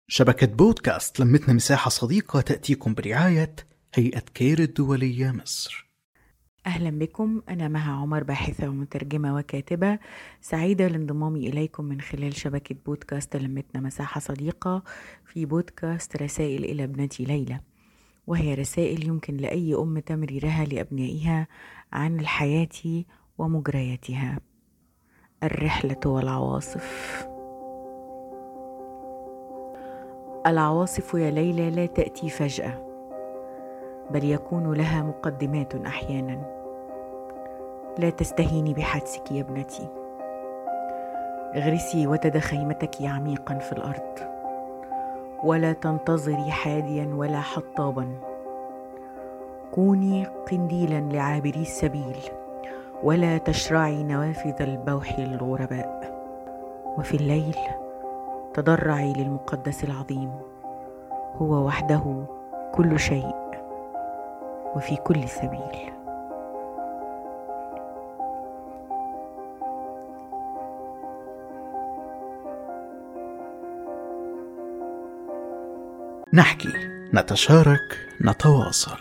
شبكة بودكاست لمتنا مساحة صديقة تأتيكم برعاية هيئة كير الدولية مصر. أهلا بكم، أنا مها عمر، باحثة ومترجمة وكاتبة، سعيدة لانضمامي إليكم من خلال شبكة بودكاست لمتنا مساحة صديقة في بودكاست رسائل إلى ابنتي ليلى، وهي رسائل يمكن لأي أم تمريرها لأبنائها عن الحياة ومجرياتها. الرحلة والعواصف. العواصف يا ليلى لا تأتي فجأة، بل يكون لها مقدمات أحيانا. لا تستهيني بحدسك يا ابنتي، اغرسي وتد خيمتك عميقا في الأرض، ولا تنتظري حاديا ولا حطابا. كوني قنديلا لعابري السبيل، ولا تشرعي نوافذ البوح للغرباء. وفي الليل تضرعي للمقدس العظيم، هو وحده كل شيء وفي كل سبيل. نحكي، نتشارك، نتواصل.